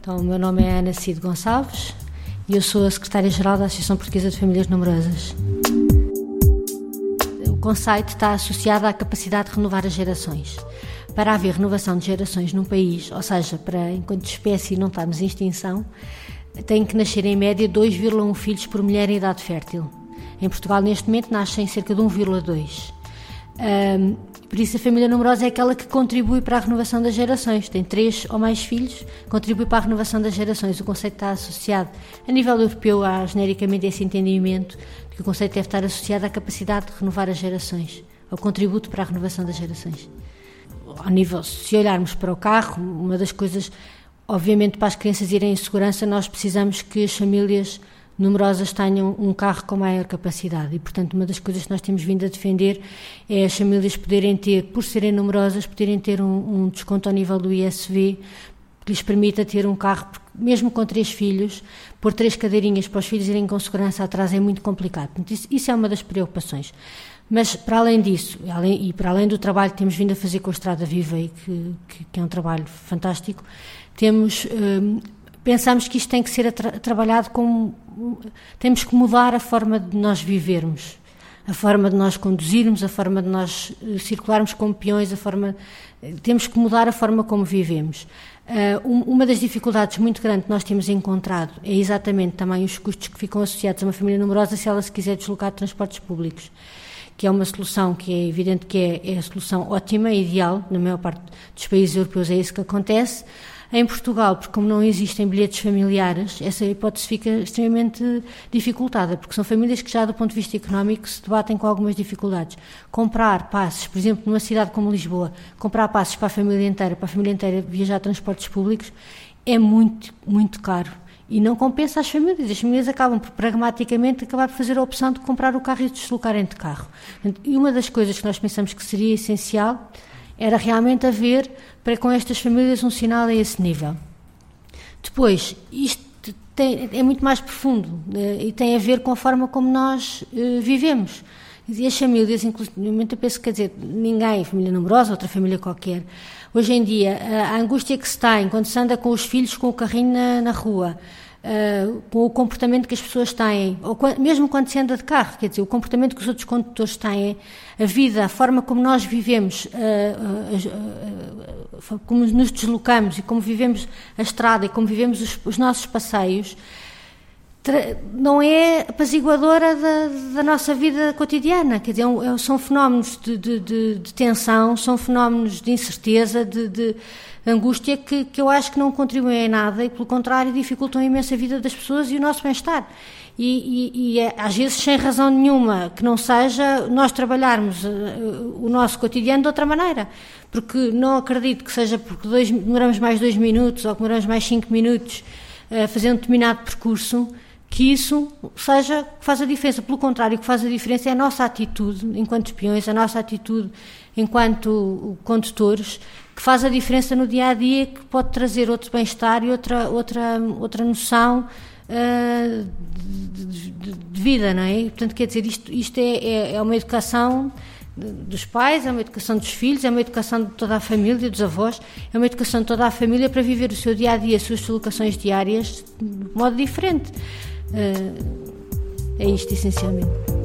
Então, o meu nome é Ana Cid Gonçalves e eu sou a secretária-geral da Associação Portuguesa de Famílias Numerosas. O conceito está associado à capacidade de renovar as gerações. Para haver renovação de gerações num país, ou seja, para enquanto espécie não estarmos em extinção, tem que nascer em média 2,1 filhos por mulher em idade fértil. Em Portugal, neste momento, nascem cerca de 1,2. Por isso, a família numerosa é aquela que contribui para a renovação das gerações. Tem 3 ou mais filhos, contribui para a renovação das gerações. O conceito está associado, a nível europeu, há genericamente esse entendimento de que o conceito deve estar associado à capacidade de renovar as gerações, ao contributo para a renovação das gerações. Ao nível, se olharmos para o carro, uma das coisas, obviamente, para as crianças irem em segurança, nós precisamos que as famílias numerosas tenham um carro com maior capacidade e, portanto, uma das coisas que nós temos vindo a defender é as famílias poderem ter, por serem numerosas, poderem ter um desconto ao nível do ISV que lhes permita ter um carro, porque mesmo com 3 filhos, pôr 3 cadeirinhas para os filhos irem com segurança atrás é muito complicado. Portanto, isso é uma das preocupações. Mas, para além disso, para além do trabalho que temos vindo a fazer com a Estrada Viva, e que é um trabalho fantástico, pensamos que isto tem que ser trabalhado como... Temos que mudar a forma de nós vivermos, a forma de nós conduzirmos, a forma de nós circularmos como peões, temos que mudar a forma como vivemos. Uma das dificuldades muito grandes que nós temos encontrado é exatamente também os custos que ficam associados a uma família numerosa se ela se quiser deslocar de transportes públicos, que é uma solução que é evidente que é a solução ótima, ideal, na maior parte dos países europeus é isso que acontece. Em Portugal, porque como não existem bilhetes familiares, essa hipótese fica extremamente dificultada, porque são famílias que já do ponto de vista económico se debatem com algumas dificuldades. Comprar passes, por exemplo, numa cidade como Lisboa, comprar passes para a família inteira viajar a transportes públicos, é muito, muito caro. E não compensa as famílias acabam por pragmaticamente acabar por fazer a opção de comprar o carro e de deslocarem de carro. E uma das coisas que nós pensamos que seria essencial era realmente haver, para com estas famílias, um sinal a esse nível. Depois, isto é muito mais profundo e tem a ver com a forma como nós vivemos. E as famílias, inclusive, eu penso, quer dizer, ninguém, família numerosa, outra família qualquer, hoje em dia, a angústia que se tem quando se anda com os filhos com o carrinho na rua, com o comportamento que as pessoas têm, ou mesmo quando se anda de carro, quer dizer, o comportamento que os outros condutores têm, a vida, a forma como nós vivemos, como nos deslocamos e como vivemos a estrada e como vivemos os nossos passeios, não é apaziguadora da nossa vida cotidiana, quer dizer, são fenómenos de tensão, são fenómenos de incerteza, de angústia que eu acho que não contribuem em nada e, pelo contrário, dificultam imenso a vida das pessoas e o nosso bem-estar. E às vezes, sem razão nenhuma, que não seja nós trabalharmos o nosso cotidiano de outra maneira. Porque não acredito que seja porque demoramos mais 2 minutos ou que demoramos mais 5 minutos a fazer um determinado percurso, que isso seja que faz a diferença. Pelo contrário, o que faz a diferença é a nossa atitude enquanto peões, a nossa atitude enquanto condutores, que faz a diferença no dia-a-dia, que pode trazer outro bem-estar e outra noção de vida, não é? E, portanto, quer dizer, isto é uma educação dos pais, é uma educação dos filhos, é uma educação de toda a família, dos avós, é uma educação de toda a família para viver o seu dia-a-dia, as suas deslocações diárias de modo diferente. É isto, essencialmente.